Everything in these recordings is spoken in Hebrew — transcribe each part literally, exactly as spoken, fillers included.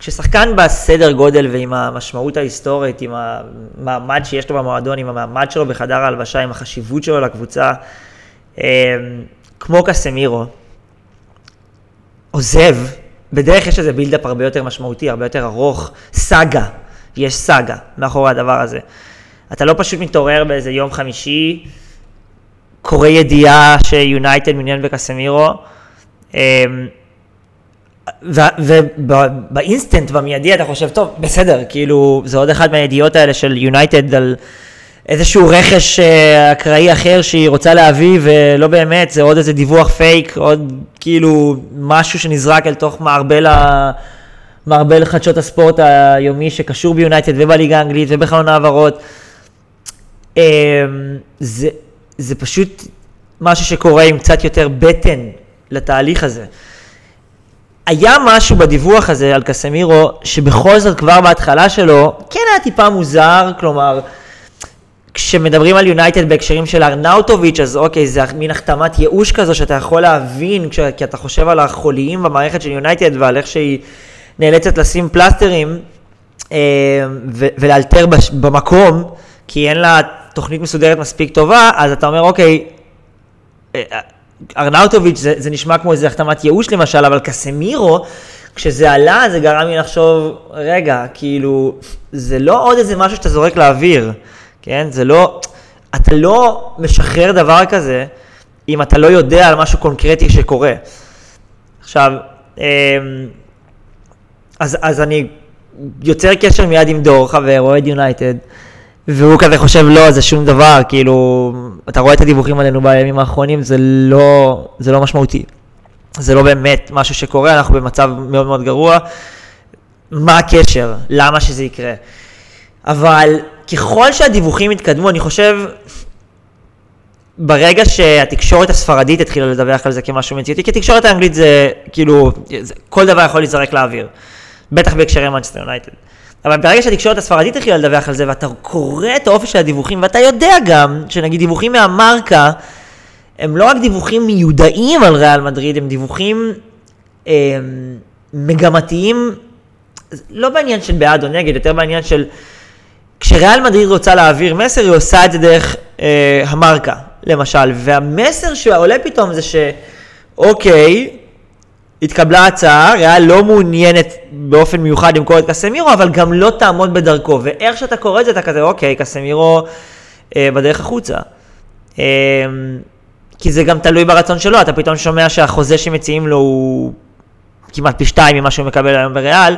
כששחקן בסדר גודל ועם המשמעות ההיסטורית, עם המעמד שיש לו במועדון, עם המעמד שלו בחדר ההלבשה, עם החשיבות שלו לקבוצה, כמו קסמירו, עוזב, בדרך יש איזה בילדאפ הרבה יותר משמעותי, הרבה יותר ארוך, סאגה, יש סאגה מאחורי הדבר הזה. אתה לא פשוט מתעורר באיזה יום חמישי, קורא ידיעה שיונייטד מעוניין בקסמירו, ובאינסטנט, במיידי, אתה חושב, טוב, בסדר, כאילו, זה עוד אחד מהידיעות האלה של יונייטד על איזשהו רכש אקראי אחר שהיא רוצה להביא, ולא באמת, זה עוד איזה דיווח פייק, עוד כאילו משהו שנזרק אל תוך מערבל, ה... מערבל חדשות הספורט היומי שקשור ביונייטד ובליגה האנגלית ובחלון העברות. זה, זה פשוט משהו שקורה עם קצת יותר בטן לתהליך הזה. היה משהו בדיווח הזה על קסמירו, שבכל זאת כבר בהתחלה שלו, כן היה טיפה מוזר, כלומר, כשמדברים על יונייטד בהקשרים של ארנאוטוביץ', אז אוקיי, זה מין החתמת ייאוש כזו שאתה יכול להבין, כש, כי אתה חושב על החוליים במערכת של יונייטד, ועל איך שהיא נאלצת לשים פלסטרים, אה, ו- ולאלתר בש- במקום, כי אין לה תוכנית מסודרת מספיק טובה, אז אתה אומר, אוקיי, אה, ארנאוטוביץ' זה, זה נשמע כמו איזה החתמת ייאוש למשל, אבל קסמירו, כשזה עלה, זה גרם לי לחשוב, רגע, כאילו, זה לא עוד איזה משהו שאתה זורק לאוויר, כן? זה לא, אתה לא משחרר דבר כזה, אם אתה לא יודע על משהו קונקרטי שקורה. עכשיו, אז, אז אני יוצר קשר מיד עם דור, חבר, אוהד יונייטד, והוא כזה חושב, לא, זה שום דבר, כאילו, אתה רואה את הדיווחים עלינו בימים האחרונים, זה לא, זה לא משמעותי. זה לא באמת משהו שקורה, אנחנו במצב מאוד מאוד גרוע. מה הקשר? למה שזה יקרה? אבל ככל שהדיווחים התקדמו, אני חושב, ברגע שהתקשורת הספרדית התחילה לדווח על זה כמשהו מציאותי, כי התקשורת האנגלית זה, כאילו, זה, כל דבר יכול להיזרק לאוויר. בטח בהקשרי מנצ'סטר יונייטד. אבל ברגע שהתקשורת הספרדית התחילה לדווח על זה, ואתה קורא את האופי של הדיווחים, ואתה יודע גם שנגיד דיווחים מהמרקה, הם לא רק דיווחים מיודעים על ריאל מדריד, הם דיווחים אה, מגמתיים, לא בעניין של בעד או נגד, יותר בעניין של, כשריאל מדריד רוצה להעביר מסר, היא עושה את זה דרך אה, המרקה, למשל, והמסר שעולה פתאום זה שאוקיי, התקבלה הצעה, ריאל לא מעוניינת באופן מיוחד למכור את קסמירו, אבל גם לא תעמוד בדרכו, ואיך שאתה קורא את זה, אתה כזה, אוקיי, קסמירו אה, בדרך החוצה. אה, כי זה גם תלוי ברצון שלו, אתה פתאום שומע שהחוזה שמציעים לו הוא כמעט פי שתיים ממה שהוא מקבל היום בריאל,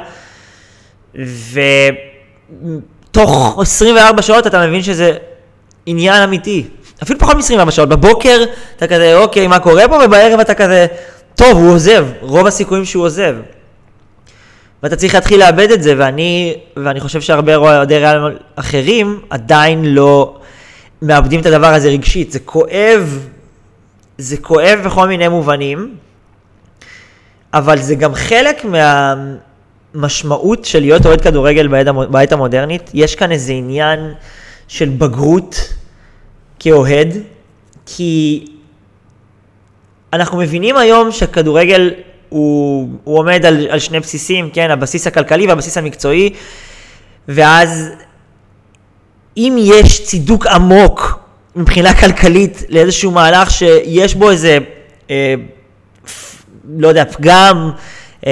ותוך עשרים וארבע שעות אתה מבין שזה עניין אמיתי. אפילו פחות מ-עשרים וארבע שעות, בבוקר אתה כזה, אוקיי, מה קורה פה? ובערב אתה כזה, טוב, הוא עוזב, רוב הסיכויים שהוא עוזב. ואתה צריך להתחיל לאבד את זה, ואני, ואני חושב שהרבה אוהדי ריאל אחרים עדיין לא מאבדים את הדבר הזה רגשית. זה כואב, זה כואב בכל מיני מובנים, אבל זה גם חלק מהמשמעות של להיות אוהד כדורגל בעת המודרנית. יש כאן איזה עניין של בגרות כאוהד, כי אנחנו מבינים היום שכדורגל הוא, הוא עומד על, על שני בסיסים, כן? הבסיס הכלכלי והבסיס המקצועי, ואז אם יש צידוק עמוק מבחינה כלכלית לאיזשהו מהלך שיש בו איזה, אה, לא יודע, פגם, אה,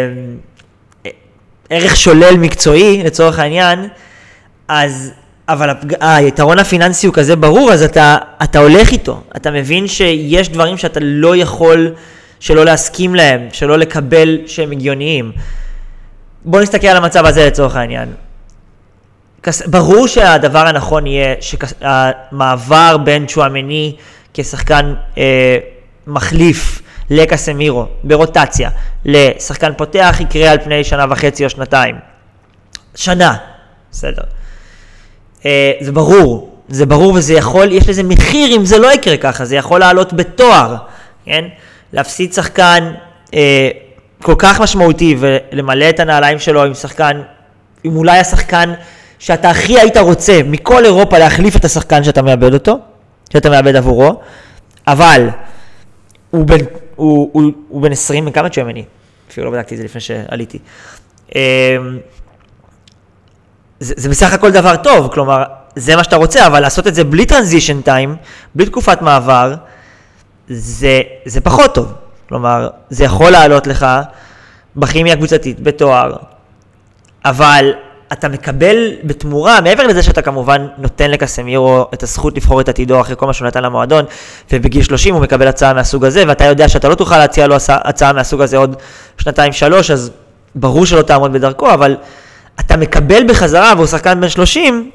ערך שולל מקצועי לצורך העניין, אז, אבל הפג... היתרון הפיננסי הוא כזה ברור, אז אתה, אתה הולך איתו. אתה מבין שיש דברים שאתה לא יכול שלא להסכים להם, שלא לקבל שהם הגיוניים. בוא נסתכל על המצב הזה לצורך העניין. ברור שהדבר הנכון יהיה שהמעבר בין צ'ואמני כשחקן אה, מחליף לקסמירו ברוטציה לשחקן פותח יקרה על פני שנה וחצי או שנתיים. שנה, בסדר. אה, זה ברור, זה ברור וזה יכול, יש לזה מחיר אם זה לא יקרה ככה, זה יכול לעלות בתואר, כן? להפסיד שחקן אה, כל כך משמעותי ולמלא את הנעליים שלו עם שחקן, עם אולי השחקן שאתה הכי היית רוצה מכל אירופה להחליף את השחקן שאתה מאבד אותו, שאתה מאבד עבורו, אבל הוא בן, הוא, הוא, הוא בן עשרים, מכמה צ'ואמני? אפילו לא בדקתי את זה לפני שעליתי. זה, זה בסך הכל דבר טוב, כלומר, זה מה שאתה רוצה, אבל לעשות את זה בלי טרנזישן טיים, בלי תקופת מעבר, זה, זה פחות טוב. כלומר, זה יכול לעלות לך בכימיה קבוצתית, בתואר, אבל אתה מקבל בתמורה, מעבר לזה שאתה כמובן נותן לקסמירו את הזכות לבחור את עתידו אחרי כל מה שהוא נתן למועדון, ובגיל שלושים הוא מקבל הצעה מהסוג הזה, ואתה יודע שאתה לא תוכל להציע לו הצעה מהסוג הזה עוד שנתיים שלוש, אז ברור שלא תעמוד בדרכו, אבל אתה מקבל בחזרה, והוא שחקן בן שלושים,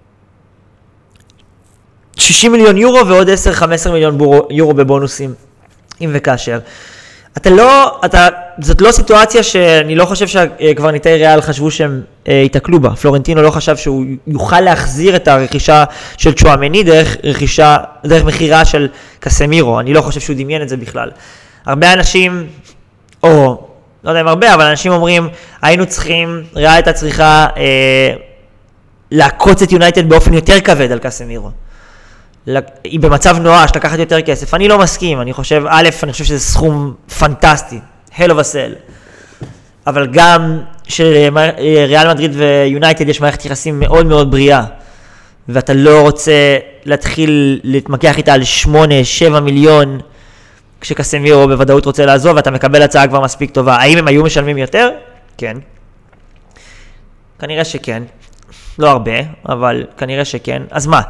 שישים מיליון יורו ועוד עשר חמש עשרה מיליון יורו בבונוסים, אם וכאשר. אתה לא, אתה, זאת לא סיטואציה שאני לא חושב שקברניטי ריאל חשבו שהם אה, יתקלו בה. פלורנטינו לא חשב שהוא יוכל להחזיר את הרכישה של צ'ואמני דרך רכישה, דרך מחירה של קסמירו. אני לא חושב שהוא דמיין את זה בכלל. הרבה אנשים, או לא יודע אם הרבה, אבל אנשים אומרים, היינו צריכים, ריאל הייתה צריכה אה, לעקוץ את יונייטד באופן יותר כבד על קסמירו. היא במצב נואש, לקחת יותר כסף. אני לא מסכים, אני חושב, א', אני חושב שזה סכום פנטסטי, hell of a sell. אבל גם שריאל מדריד ויונייטד יש מערכת יחסים מאוד מאוד בריאה, ואתה לא רוצה להתחיל להתמקח איתה על שמונה, שבע מיליון, כשקסמירו בוודאות רוצה לעזוב, ואתה מקבל הצעה כבר מספיק טובה. האם הם היו משלמים יותר? כן. כנראה שכן. לא הרבה, אבל כנראה שכן. אז מה?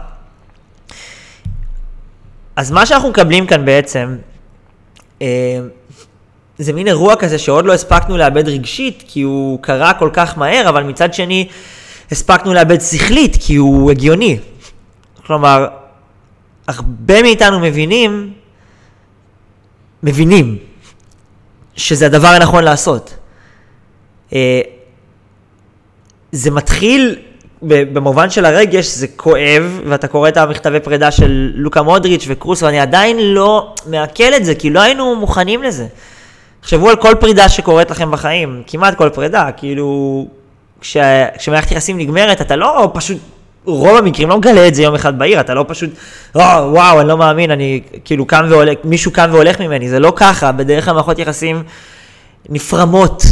אז מה שאנחנו מקבלים כאן בעצם, אה, זה מין אירוע כזה שעוד לא הספקנו לאבד רגשית, כי הוא קרה כל כך מהר, אבל מצד שני, הספקנו לאבד שכלית, כי הוא הגיוני. כלומר, הרבה מאיתנו מבינים, מבינים, שזה הדבר הנכון לעשות. אה, זה מתחיל במובן של הרגש, זה כואב, ואתה קורא את המכתבי פרידה של לוקה מודריץ' וקרוס, ואני עדיין לא מעכל את זה, כי לא היינו מוכנים לזה. תחשבו על כל פרידה שקורית לכם בחיים, כמעט כל פרידה, כאילו, כש, כשמערכת יחסים נגמרת, אתה לא פשוט, רוב המקרים לא מגלה את זה יום אחד בעיר, אתה לא פשוט, וואו, וואו, אני לא מאמין, אני כאילו קם והולך, מישהו קם והולך ממני, זה לא ככה, בדרך כלל מערכות יחסים נפרמות,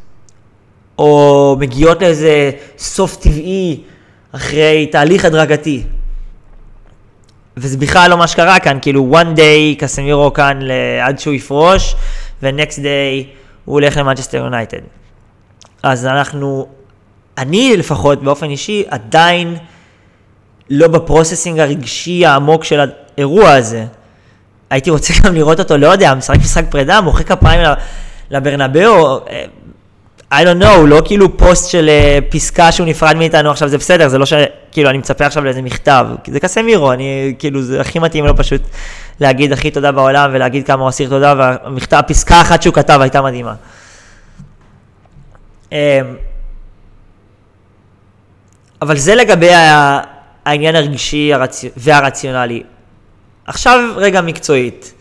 או מגיעות לאיזה סוף טבעי אחרי תהליך הדרגתי. וזה בכלל לא מה שקרה כאן, כאילו one day קסמירו כאן עד שהוא יפרוש, ו-next day הוא הולך למנצ'סטר יונייטד. אז אנחנו, אני לפחות באופן אישי, עדיין לא בפרוססינג הרגשי העמוק של האירוע הזה. הייתי רוצה גם לראות אותו, לא יודע, משחק משחק פרידה, מוחא כפיים לברנבאו, I don't know, לא כאילו פוסט של uh, פסקה שהוא נפרד מאיתנו, עכשיו זה בסדר, זה לא שכאילו אני מצפה עכשיו לאיזה מכתב, זה קסמירו, אני כאילו זה הכי מתאים לו פשוט להגיד הכי תודה בעולם ולהגיד כמה הוא אסיר תודה, והמכתב, הפסקה אחת שהוא כתב הייתה מדהימה. Um, אבל זה לגבי העניין הרגשי והרציונלי. עכשיו רגע מקצועית.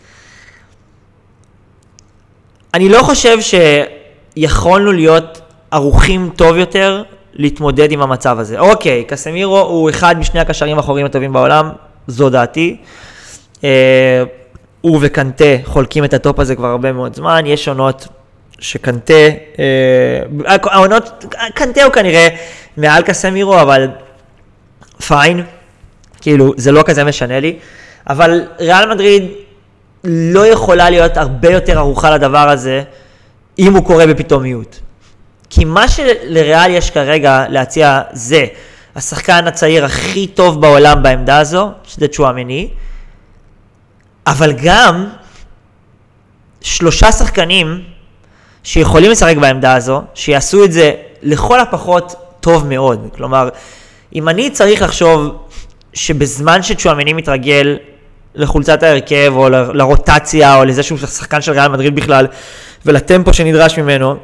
אני לא חושב ש... יכולנו להיות ערוכים טוב יותר להתמודד עם המצב הזה. אוקיי, קסמירו הוא אחד משני הקשרים האחוריים הטובים בעולם, זו דעתי. אה, הוא וקנטה חולקים את הטופ הזה כבר הרבה מאוד זמן, יש עונות שקנטה, אה, העונות, קנטה הוא כנראה מעל קסמירו, אבל פיין, כאילו זה לא כזה משנה לי, אבל ריאל מדריד לא יכולה להיות הרבה יותר ערוכה לדבר הזה, אם הוא קורה בפתאומיות. כי מה שלריאל יש כרגע להציע זה השחקן הצעיר הכי טוב בעולם בעמדה הזו, שזה צ'ואמני, אבל גם שלושה שחקנים שיכולים לשחק בעמדה הזו, שיעשו את זה לכל הפחות טוב מאוד. כלומר, אם אני צריך לחשוב שבזמן שצ'ואמני מתרגל לחולצת ההרכב או ל- לרוטציה או לזה שהוא שחקן של ריאל מדריד בכלל, ולטמפו שנדרש ממנו,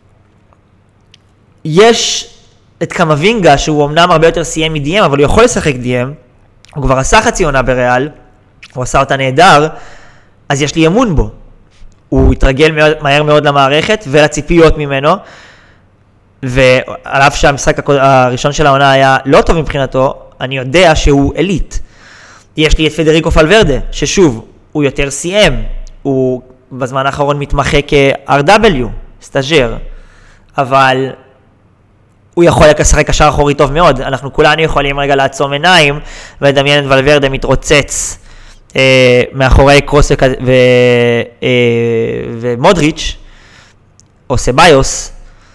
יש את קמבינגה שהוא אמנם הרבה יותר סיים מ-די אם, אבל הוא יכול לשחק די אם, הוא כבר עשה חצי עונה בריאל, הוא עשה אותה נהדר, אז יש לי אמון בו. הוא התרגל מאוד, מהר מאוד למערכת ולציפיות ממנו, ועל אף שהמשחק הראשון של העונה היה לא טוב מבחינתו, אני יודע שהוא אליט. יש לי את פדריקו פלוורדה, ששוב, הוא יותר סיים, הוא בזמן האחרון מתמחה כ-אר דאבליו, סטאג'ר, אבל הוא יכול לשחק קשר אחורי טוב מאוד. אנחנו כולנו יכולים רגע לעצום עיניים ולדמיין את ולוורדה מתרוצץ אה, מאחורי קרוס ו- ו- אה, ומודריץ' או סביוס,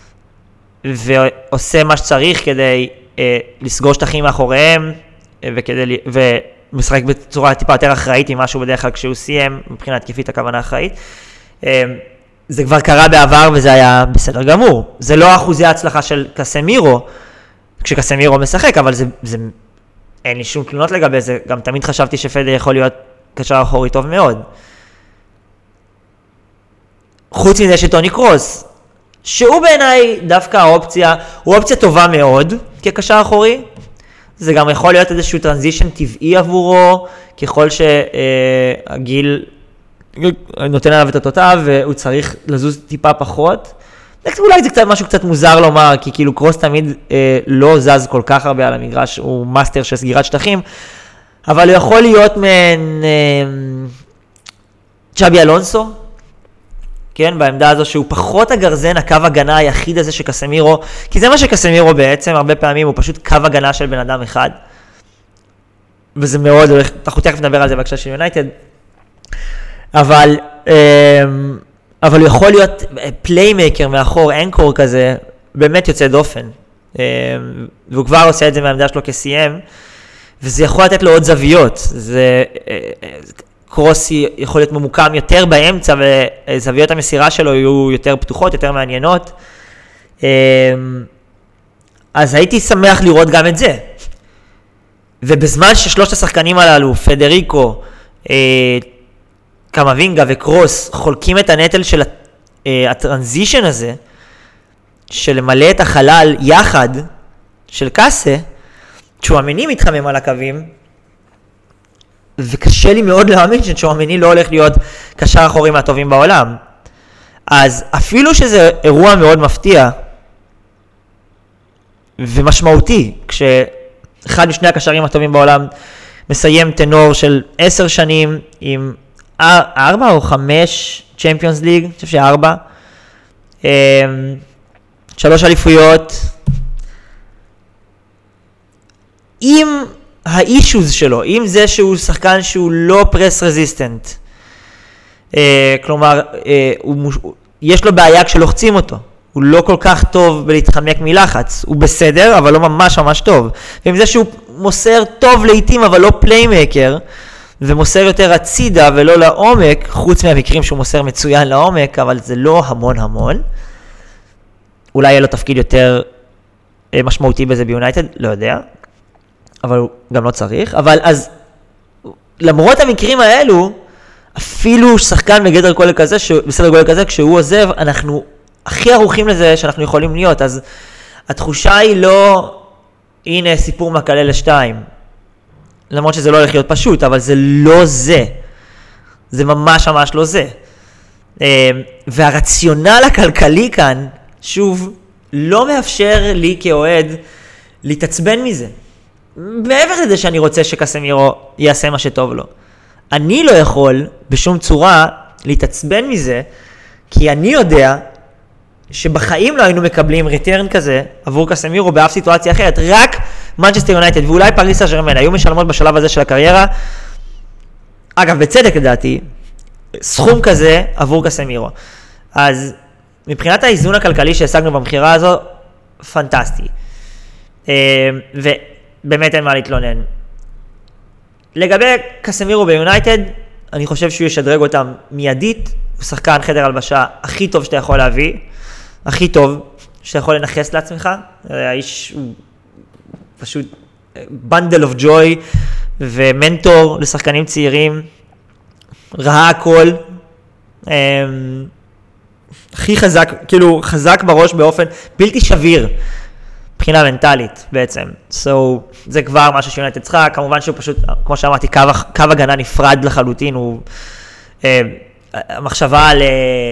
ועושה מה שצריך כדי אה, לסגור שטחים מאחוריהם, אה, וכדי, ומשחק בצורה טיפה יותר אחראית עם משהו בדרך כלל כשהוא סיים, מבחינת כיפית הכוונה אחראית. אה, זה כבר קרה בעבר וזה היה בסדר גמור. זה לא אחוזי ההצלחה של קסמירו, כשקסמירו משחק, אבל זה, זה, אין לי שום תלונות לגבי זה. גם תמיד חשבתי שפדר יכול להיות קשר אחורי טוב מאוד. חוץ מזה שטוני קרוס, שהוא בעיניי דווקא האופציה, הוא אופציה טובה מאוד כקשר אחורי. זה גם יכול להיות איזשהו טרנזישן טבעי עבורו, ככל שהגיל נותן עליו את התותיו, והוא צריך לזוז טיפה פחות. אולי זה קצת, משהו קצת מוזר לומר, כי כאילו קרוס תמיד אה, לא זז כל כך הרבה על המגרש, הוא מאסטר של סגירת שטחים, אבל הוא יכול להיות מן אה, צ'אבי אלונסו, כן, בעמדה הזו שהוא פחות הגרזן, הקו הגנה היחיד הזה שקסמירו, כי זה מה שקסמירו בעצם, הרבה פעמים הוא פשוט קו הגנה של בן אדם אחד, וזה מאוד, אנחנו תכף נדבר על זה בהקשר של יונייטד, אבל, אבל הוא יכול להיות פליימייקר מאחור, אנקור כזה, באמת יוצא דופן, והוא כבר עושה את זה מהעמדה שלו כ-סי אם, וזה יכול לתת לו עוד זוויות, זה... קרוסי יכול להיות ממוקם יותר באמצע, וזוויות המסירה שלו יהיו יותר פתוחות, יותר מעניינות. אז הייתי שמח לראות גם את זה. ובזמן ששלושת השחקנים הללו, פדריקו, קמבינגה וקרוס, חולקים את הנטל של הטרנזישן הזה, של למלא את החלל יחד של קאסה, צ'ואמני מתחמם על הקווים, וקשה לי מאוד להאמין שצ'ואמני לא הולך להיות קשר אחורי מהטובים בעולם. אז אפילו שזה אירוע מאוד מפתיע ומשמעותי, כשאחד משני הקשרים הטובים בעולם מסיים טנור של עשר שנים עם ארבע או חמש צ'מפיונס ליג, אני חושב שארבע, שלוש אליפויות, עם האישוז שלו, עם זה שהוא שחקן שהוא לא פרס רזיסטנט, אה, כלומר, אה, הוא, יש לו בעיה כשלוחצים אותו, הוא לא כל כך טוב בלהתחמק מלחץ, הוא בסדר, אבל לא ממש ממש טוב, ועם זה שהוא מוסר טוב לעתים, אבל לא פליימקר, ומוסר יותר הצידה ולא לעומק, חוץ מהמקרים שהוא מוסר מצוין לעומק, אבל זה לא המון המון, אולי יהיה לו תפקיד יותר אה, משמעותי בזה ביונייטד, לא יודע, אבל הוא גם לא צריך, אבל אז, למרות המקרים האלו, אפילו שחקן בגדר גודל כזה, בסדר גודל כזה, כשהוא עוזב, אנחנו הכי ערוכים לזה שאנחנו יכולים להיות, אז התחושה היא לא, הנה סיפור מקלל לשתיים, למרות שזה לא הולך להיות פשוט, אבל זה לא זה, זה ממש ממש לא זה, והרציונל הכלכלי כאן, שוב, לא מאפשר לי כאוהד, להתעצבן מזה, מעבר לזה שאני רוצה שקסמירו יעשה מה שטוב לו. אני לא יכול בשום צורה להתעצבן מזה, כי אני יודע שבחיים לא היינו מקבלים ריטרן כזה עבור קסמירו באף סיטואציה אחרת. רק מנצ'סטר יונייטד ואולי פריס סן ז'רמן היו משלמות בשלב הזה של הקריירה. אגב, בצדק לדעתי, סכום כזה עבור קסמירו. אז מבחינת האיזון הכלכלי שהשגנו במחירה הזו, פנטסטי. ו... באמת אין מה להתלונן. לגבי קסמירו ביונייטד, אני חושב שהוא ישדרג אותם מיידית, הוא שחקן חדר הלבשה הכי טוב שאתה יכול להביא, הכי טוב שאתה יכול לנחס לעצמך, האיש הוא פשוט bundle of joy, ומנטור לשחקנים צעירים, ראה הכל, הכי חזק, כאילו חזק בראש באופן בלתי שביר, מבחינה מנטלית בעצם. So, זה כבר משהו שיונייטד צריכה, כמובן שהוא פשוט, כמו שאמרתי, קו, קו הגנה נפרד לחלוטין, הוא אה, המחשבה על אה,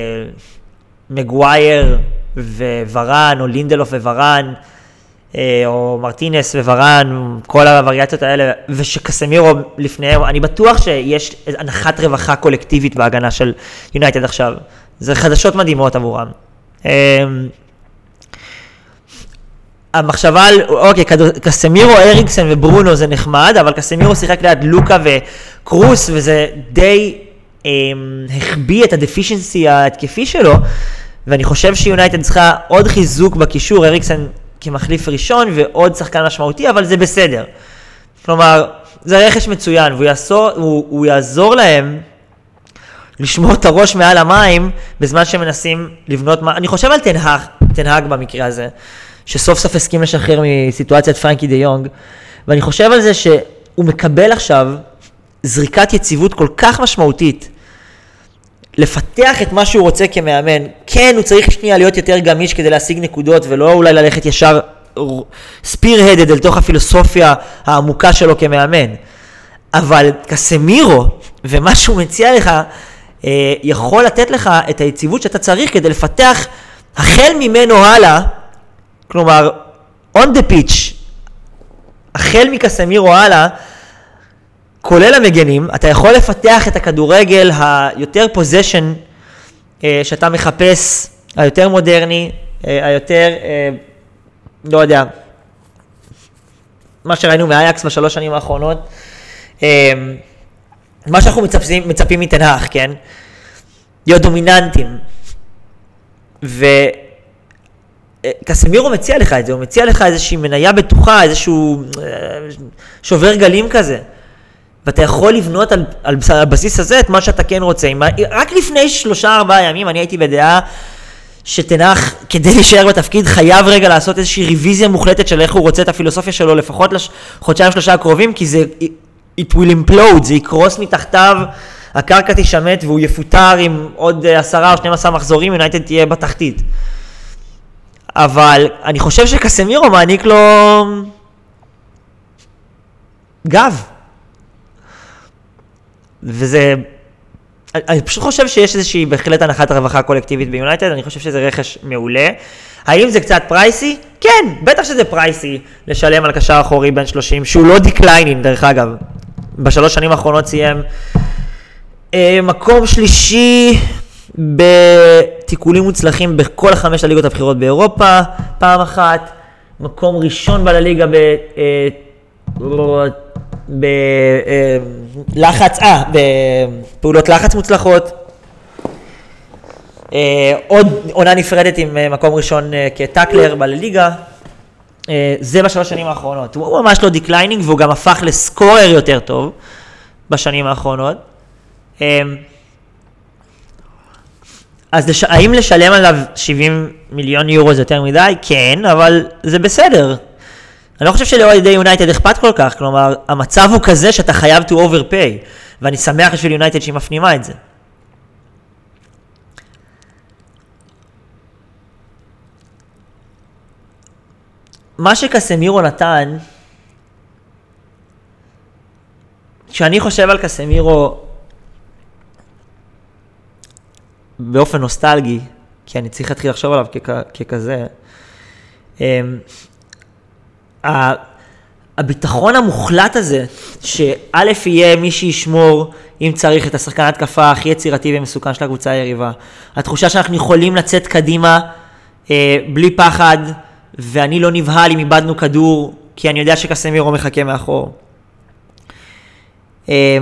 מגווייר וורן, או לינדלוף וורן, אה, או מרטינס וורן, כל הווריאציות האלה, ושקסמירו לפניהם, אני בטוח שיש הנחת רווחה קולקטיבית בהגנה של יונייטד עכשיו. זה חדשות מדהימות עבורם. אה, המחשבה על, אוקיי, קסמירו, אריקסן וברונו זה נחמד, אבל קסמירו שיחק ליד לוקה וקרוס, וזה די אה, החביא את הדפישנסי ההתקפי שלו, ואני חושב שיונייטד צריכה עוד חיזוק בקישור, אריקסן כמחליף ראשון, ועוד שחקן משמעותי, אבל זה בסדר. כלומר, זה רכש מצוין, והוא יעזור, הוא, הוא יעזור להם לשמור את הראש מעל המים, בזמן שמנסים לבנות, אני חושב על תנהג, תנהג במקרה הזה, שסוף סוף הסכים לשחרר מסיטואציית פרנקי די יונג, ואני חושב על זה שהוא מקבל עכשיו זריקת יציבות כל כך משמעותית, לפתח את מה שהוא רוצה כמאמן. כן, הוא צריך שנייה להיות יותר גמיש כדי להשיג נקודות, ולא אולי ללכת ישר ספיר-הדד אל תוך הפילוסופיה העמוקה שלו כמאמן. אבל קסמירו, ומה שהוא מציע לך, יכול לתת לך את היציבות שאתה צריך כדי לפתח החל ממנו הלאה, כלומר, on the pitch, החל מקסמירו הלאה, כולל המגנים, אתה יכול לפתח את הכדורגל היותר פוזיישן שאתה מחפש, היותר מודרני, היותר, לא יודע, מה שראינו מאייקס בשלוש שנים האחרונות, מה שאנחנו מצפים, מצפים מתנהג, כן? להיות דומיננטים. וקסמירו מציע לך את זה, הוא מציע לך איזושהי מניה בטוחה, איזשהו שובר גלים כזה. ואתה יכול לבנות על, על, על הבסיס הזה את מה שאתה כן רוצה. רק לפני שלושה ארבעה ימים אני הייתי בדעה שתנח כדי להישאר בתפקיד חייב רגע לעשות איזושהי ריוויזיה מוחלטת של איך הוא רוצה את הפילוסופיה שלו לפחות לחודשיים שלושה הקרובים, כי זה it will implode, זה יקרוס מתחתיו, הקרקע תשמט והוא יפוטר עם עוד עשרה או שנים עשר מחזורים, יונייטד תהיה בתחתית. אבל אני חושב שקסמירו מעניק לו גב. וזה, אני פשוט חושב שיש איזושהי בהחלט הנחת הרווחה הקולקטיבית ביונייטד, אני חושב שזה רכש מעולה. האם זה קצת פרייסי? כן, בטח שזה פרייסי לשלם על קשר אחורי בין שלושים, שהוא לא דקליינינג דרך אגב. בשלוש שנים האחרונות סיים אה, מקום שלישי בתיקולים מוצלחים בכל החמש הליגות הבכירות באירופה, פעם אחת, מקום ראשון בליגה ב... אה, בלחץ, אה, בפעולות לחץ מוצלחות, עוד עונה נפרדת עם מקום ראשון כטאקלר בליגה, זה בשלוש שנים האחרונות. הוא ממש לא דקליינינג, והוא גם הפך לסקורר יותר טוב בשנים האחרונות. אז לש... האם לשלם עליו שבעים מיליון יורו זה יותר מדי? כן, אבל זה בסדר. אני לא חושב שלאוהדי יונייטד אכפת כל כך, כלומר, המצב הוא כזה שאתה חייב to overpay, ואני שמח בשביל יונייטד שהיא מפנימה את זה. מה שקסמירו נתן, כשאני חושב על קסמירו באופן נוסטלגי, כי אני צריך להתחיל לחשוב עליו כ- ככזה, הביטחון המוחלט הזה, שא' יהיה מי שישמור, אם צריך, את השחקן התקפה הכי יצירתי ומסוכן של הקבוצה היריבה. התחושה שאנחנו יכולים לצאת קדימה אה, בלי פחד, ואני לא נבהל אם איבדנו כדור, כי אני יודע שקסמירו מחכה מאחור. אה,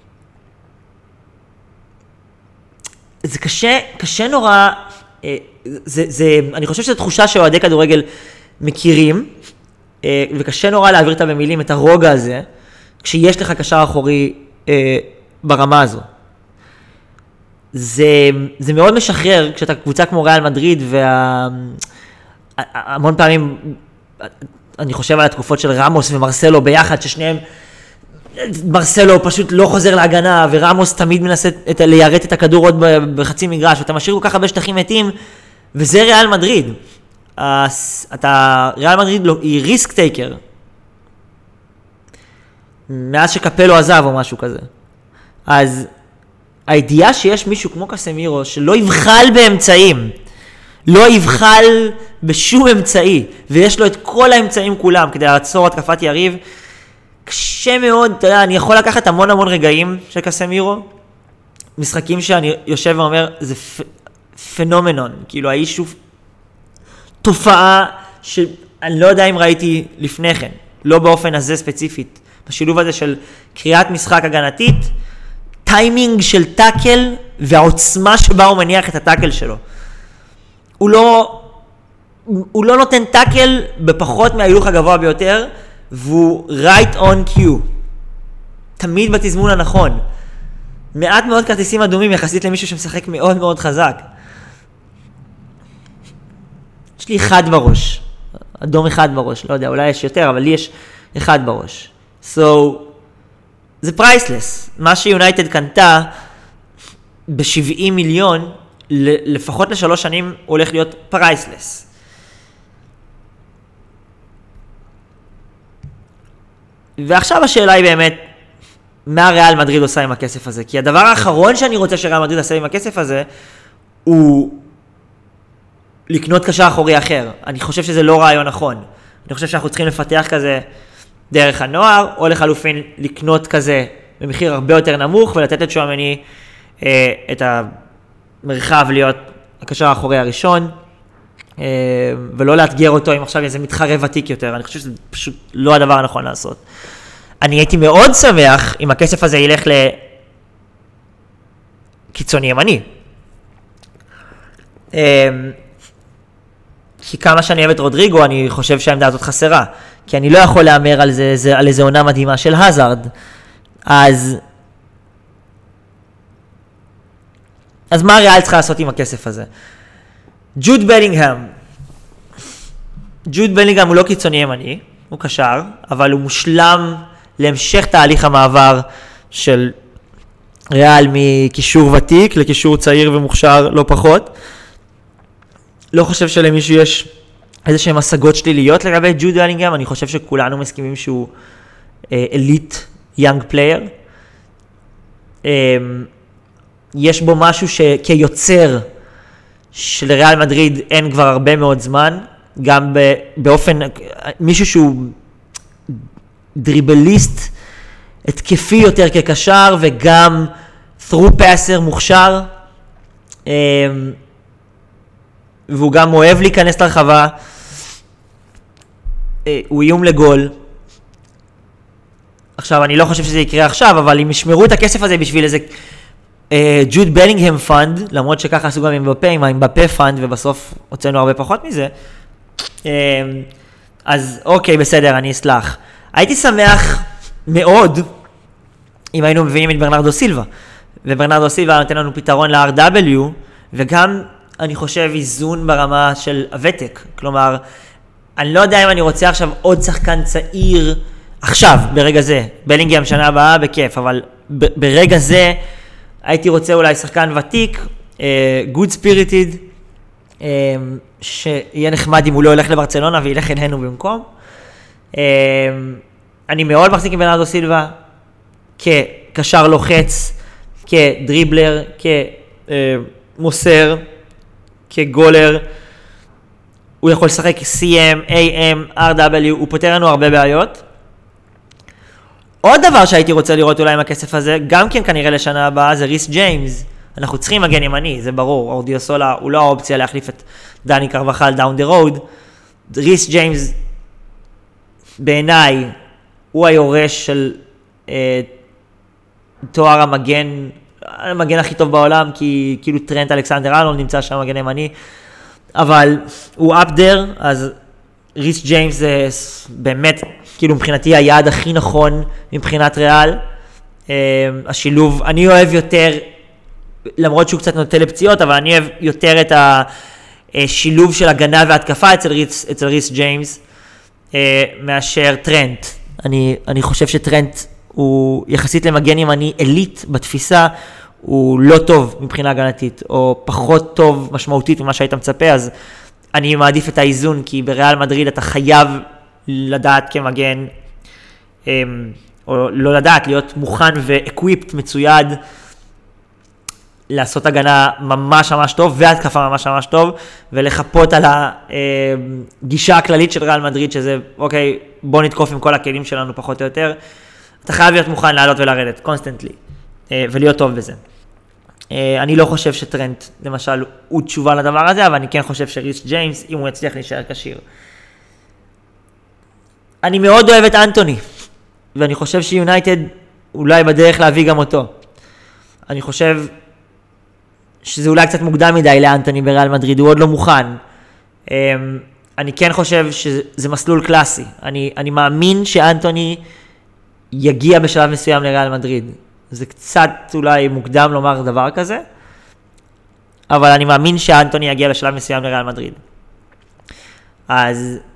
זה קשה, קשה נורא, אה, זה, זה, אני חושב שזו תחושה שאוהדי כדורגל מכירים, וקשה נורא להעביר אותה במילים, את הרוגע הזה, כשיש לך קשר אחורי אה, ברמה הזו. זה, זה מאוד משחרר, כשאתה קבוצה כמו ריאל מדריד, והמון פעמים, אני חושב על התקופות של רמוס ומרסלו ביחד, ששניהם, מרסלו פשוט לא חוזר להגנה, ורמוס תמיד מנסה את, ליירט את הכדור עוד בחצי מגרש, ואתה משאיר כל כך הרבה שטחים מתים, וזה ריאל מדריד. אתה, ריאל מדריד היא ריסק טייקר, מאז שקפלו עזב או משהו כזה. אז הידיעה שיש מישהו כמו קסמירו שלא יבחל באמצעים, לא יבחל בשום אמצעי, ויש לו את כל האמצעים כולם כדי לעצור התקפת יריב, קשה מאוד. אתה יודע, אני יכול לקחת המון המון רגעים של קסמירו, משחקים שאני יושב ואומר, זה פ... פנומנון, כאילו האיש הוא תופעה אני לא יודע אם ראיתי לפני כן, לא באופן הזה ספציפית, בשילוב הזה של קריאת משחק הגנתית, טיימינג של טאקל והעוצמה שבה הוא מניח את הטאקל שלו. הוא לא, הוא לא נותן טאקל בפחות מההילוך הגבוה ביותר, והוא right on cue. תמיד בתזמון הנכון. מעט מאוד כרטיסים אדומים יחסית למישהו שמשחק מאוד מאוד חזק. יש לי אחד בראש. אדום אחד בראש, לא יודע, אולי יש יותר, אבל לי יש אחד בראש. So, זה פרייסלס. מה שיונייטד קנתה ב-שבעים מיליון, לפחות לשלוש שנים הולך להיות פרייסלס. ועכשיו השאלה היא באמת, מה ריאל מדריד עושה עם הכסף הזה? כי הדבר האחרון שאני רוצה שריאל מדריד עושה עם הכסף הזה, הוא לקנות קשר אחורי אחר. אני חושב שזה לא רעיון נכון. אני חושב שאנחנו צריכים לפתח כזה דרך הנוער, או לחלופין לקנות כזה במחיר הרבה יותר נמוך, ולתת את שואמני אה, את המרחב להיות הקשר האחורי הראשון, אה, ולא לאתגר אותו אם עכשיו איזה מתחרה ותיק יותר. אני חושב שזה פשוט לא הדבר הנכון לעשות. אני הייתי מאוד שמח אם הכסף הזה ילך לקיצוני ימני. אה, כי כמה שאני אוהב את רודריגו, אני חושב שהעמדה הזאת חסרה. כי אני לא יכול לאמר על זה, זה, על איזה עונה מדהימה של הזארד. אז... אז מה ריאל צריכה לעשות עם הכסף הזה? ג'וד בלינגהאם. ג'וד בלינגהאם הוא לא קיצוני ימני, הוא קשר, אבל הוא מושלם להמשך תהליך המעבר של ריאל מקישור ותיק לקישור צעיר ומוכשר לא פחות. לא חושב שלמישהו יש איזה שהם השגות שליליות לגבי ג'וד בלינגהאם, אני חושב שכולנו מסכימים שהוא אליט יאנג פלייר. יש בו משהו שכיוצר שלריאל מדריד אין כבר הרבה מאוד זמן, גם באופן, מישהו שהוא דריבליסט התקפי יותר כקשר וגם through passer מוכשר, והוא גם אוהב להיכנס לרחבה, הוא איום לגול. עכשיו, אני לא חושב שזה יקרה עכשיו, אבל אם ישמרו את הכסף הזה בשביל איזה ג'וד בלינגהאם פאנד, למרות שככה עשו גם עם בפה, עם האמבפה פאנד, ובסוף הוצאנו הרבה פחות מזה, אז אוקיי, בסדר, אני אסלח. הייתי שמח מאוד אם היינו מבינים את ברנרדו סילבה, וברנרדו סילבה נותן לנו פתרון ל-אר דאבליו, וגם אני חושב איזון ברמה של הוותק. כלומר, אני לא יודע אם אני רוצה עכשיו עוד שחקן צעיר, עכשיו, ברגע זה. בלינגהאם שנה הבאה בכיף, אבל ב- ברגע זה הייתי רוצה אולי שחקן ותיק, uh, good spirited, uh, שיהיה נחמד אם הוא לא ילך לברצלונה וילך אלינו במקום. Uh, אני מאוד מחזיק עם ברנרדו סילבה, כקשר לוחץ, כדריבלר, כמוסר, כגולר. הוא יכול לשחק סי אם, איי אם, אר דאבליו, הוא פותר לנו הרבה בעיות. עוד דבר שהייתי רוצה לראות אולי עם הכסף הזה, גם כן כנראה לשנה הבאה, זה ריס ג'יימס. אנחנו צריכים מגן ימני, זה ברור. אורדיוסולה הוא לא האופציה להחליף את דני קרבחל דאון דה רוד. ריס ג'יימס, בעיניי, הוא היורש של אה, תואר המגן, המגן הכי טוב בעולם, כי כאילו טרנט אלכסנדר ארנולד נמצא שם מגן ימני, אבל הוא up there, אז ריס ג'יימס זה באמת, כאילו מבחינתי היעד הכי נכון מבחינת ריאל. השילוב, אני אוהב יותר, למרות שהוא קצת נוטה לפציעות, אבל אני אוהב יותר את השילוב של הגנה והתקפה אצל ריס, אצל ריס ג'יימס, מאשר טרנט. אני, אני חושב שטרנט הוא יחסית למגן ימני אליט בתפיסה, הוא לא טוב מבחינה הגנתית, או פחות טוב משמעותית ממה שהיית מצפה, אז אני מעדיף את האיזון, כי בריאל מדריד אתה חייב לדעת כמגן, או לא לדעת, להיות מוכן ואקוויפט מצויד, לעשות הגנה ממש ממש טוב, והתקפה ממש ממש טוב, ולחפות על הגישה הכללית של ריאל מדריד, שזה, אוקיי, בוא נתקוף עם כל הכלים שלנו פחות או יותר, אתה חייב להיות מוכן לעלות ולרדת, קונסטנטלי, ולהיות טוב בזה. אני לא חושב שטרנט, למשל, הוא תשובה לדבר הזה, אבל אני כן חושב שריס ג'יימס, אם הוא יצליח להישאר כשיר. אני מאוד אוהב את אנטוני, ואני חושב שיונייטד אולי בדרך להביא גם אותו. אני חושב שזה אולי קצת מוקדם מדי לאנטוני בריאל מדריד, הוא עוד לא מוכן. אני כן חושב שזה מסלול קלאסי. אני, אני מאמין שאנטוני יגיע בשלב מסוים לריאל מדריד. זה קצת אולי מוקדם לומר דבר כזה, אבל אני מאמין שאנטוני יגיע בשלב מסוים לריאל מדריד. אז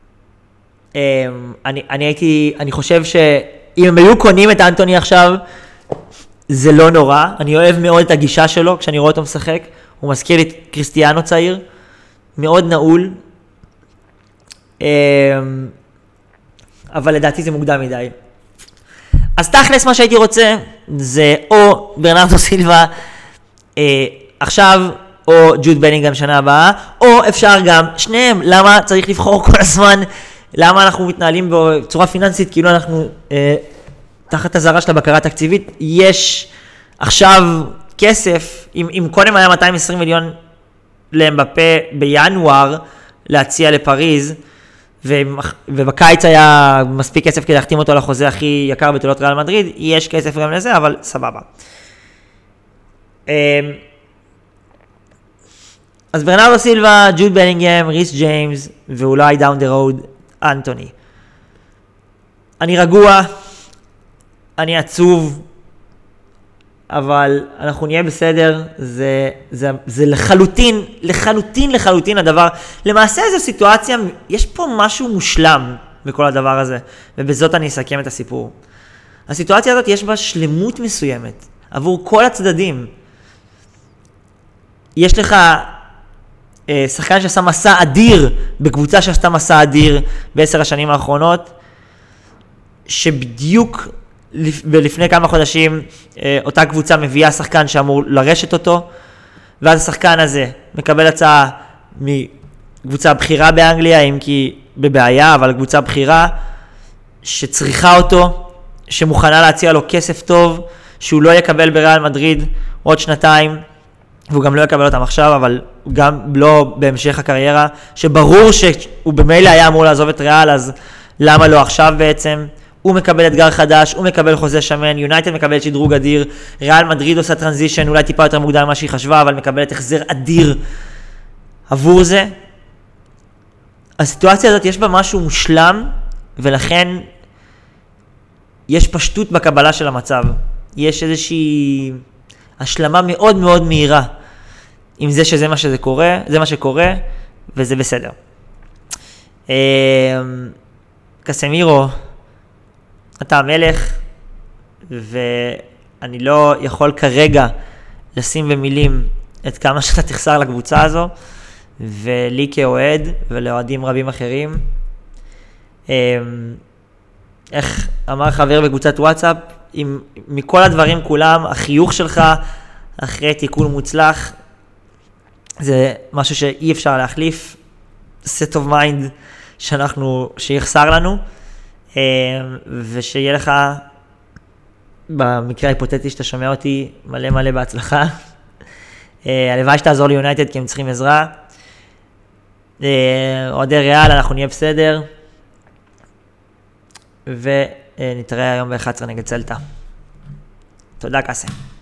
אני, אני הייתי, אני חושב שאם הם היו קונים את אנטוני עכשיו, זה לא נורא. אני אוהב מאוד את הגישה שלו כשאני רואה אותו משחק. הוא מזכיר לי את קריסטיאנו צעיר, מאוד נעול. אבל לדעתי זה מוקדם מדי. אז תכלס מה שהייתי רוצה זה או ברנרדו סילבה אה, עכשיו, או ג'וד בלינגהאם שנה הבאה, או אפשר גם שניהם. למה צריך לבחור כל הזמן? למה אנחנו מתנהלים בצורה פיננסית כאילו אנחנו אה, תחת הזרה של הבקרה התקציבית? יש עכשיו כסף, אם, אם קודם היה מאתיים ועשרים מיליון לאמבפה בינואר להציע לפריז, ובקיץ היה מספיק כסף כדי להחתים אותו לחוזה הכי יקר בתולדות ריאל מדריד, יש כסף גם לזה, אבל סבבה. אז ברנרדו סילבה, ג'וד בלינגהאם, ריס ג'יימס, ואולי דאון דה רוד, אנטוני. אני רגוע, אני עצוב, אבל אנחנו נהיה בסדר. זה, זה, זה לחלוטין, לחלוטין, לחלוטין הדבר. למעשה זו סיטואציה, יש פה משהו מושלם בכל הדבר הזה, ובזאת אני אסכם את הסיפור. הסיטואציה הזאת יש בה שלמות מסוימת, עבור כל הצדדים. יש לך אה, שחקן שעשה מסע אדיר, בקבוצה שעשתה מסע אדיר בעשר השנים האחרונות, שבדיוק ולפני כמה חודשים אותה קבוצה מביאה שחקן שאמור לרשת אותו, ואז השחקן הזה מקבל הצעה מקבוצה בחירה באנגליה, אם כי בבעיה, אבל קבוצה בחירה שצריכה אותו, שמוכנה להציע לו כסף טוב, שהוא לא יקבל בריאל מדריד עוד שנתיים, והוא גם לא יקבל אותם עכשיו, אבל גם לא בהמשך הקריירה, שברור שהוא במילא היה אמור לעזוב את ריאל, אז למה לא עכשיו בעצם? הוא מקבל אתגר חדש, הוא מקבל חוזה שמן, יונייטד מקבל שדרוג אדיר, ריאל מדריד עושה טרנזישן, אולי טיפה יותר מוקדם ממה שהיא חשבה, אבל מקבלת החזר אדיר עבור זה. הסיטואציה הזאת יש בה משהו מושלם, ולכן יש פשטות בקבלה של המצב. יש איזושהי השלמה מאוד מאוד מהירה עם זה שזה מה שזה קורה, זה מה שקורה, וזה בסדר. קסמירו, אתה המלך, ואני לא יכול כרגע לשים במילים את כמה שאתה תחסר לקבוצה הזו, ולי כאוהד ולאוהדים רבים אחרים. איך אמר חבר בקבוצת וואטסאפ, עם, מכל הדברים כולם, החיוך שלך אחרי תיקון מוצלח, זה משהו שאי אפשר להחליף, set of mind שאנחנו, שיחסר לנו, ושיהיה לך, במקרה ההיפותטי שאתה שומע אותי, מלא מלא בהצלחה. הלוואי שתעזור ליונייטד כי הם צריכים עזרה. אוהדי ריאל, אנחנו נהיה בסדר. ונתראה היום ב-אחת עשרה נגד צלטה. תודה קאסם.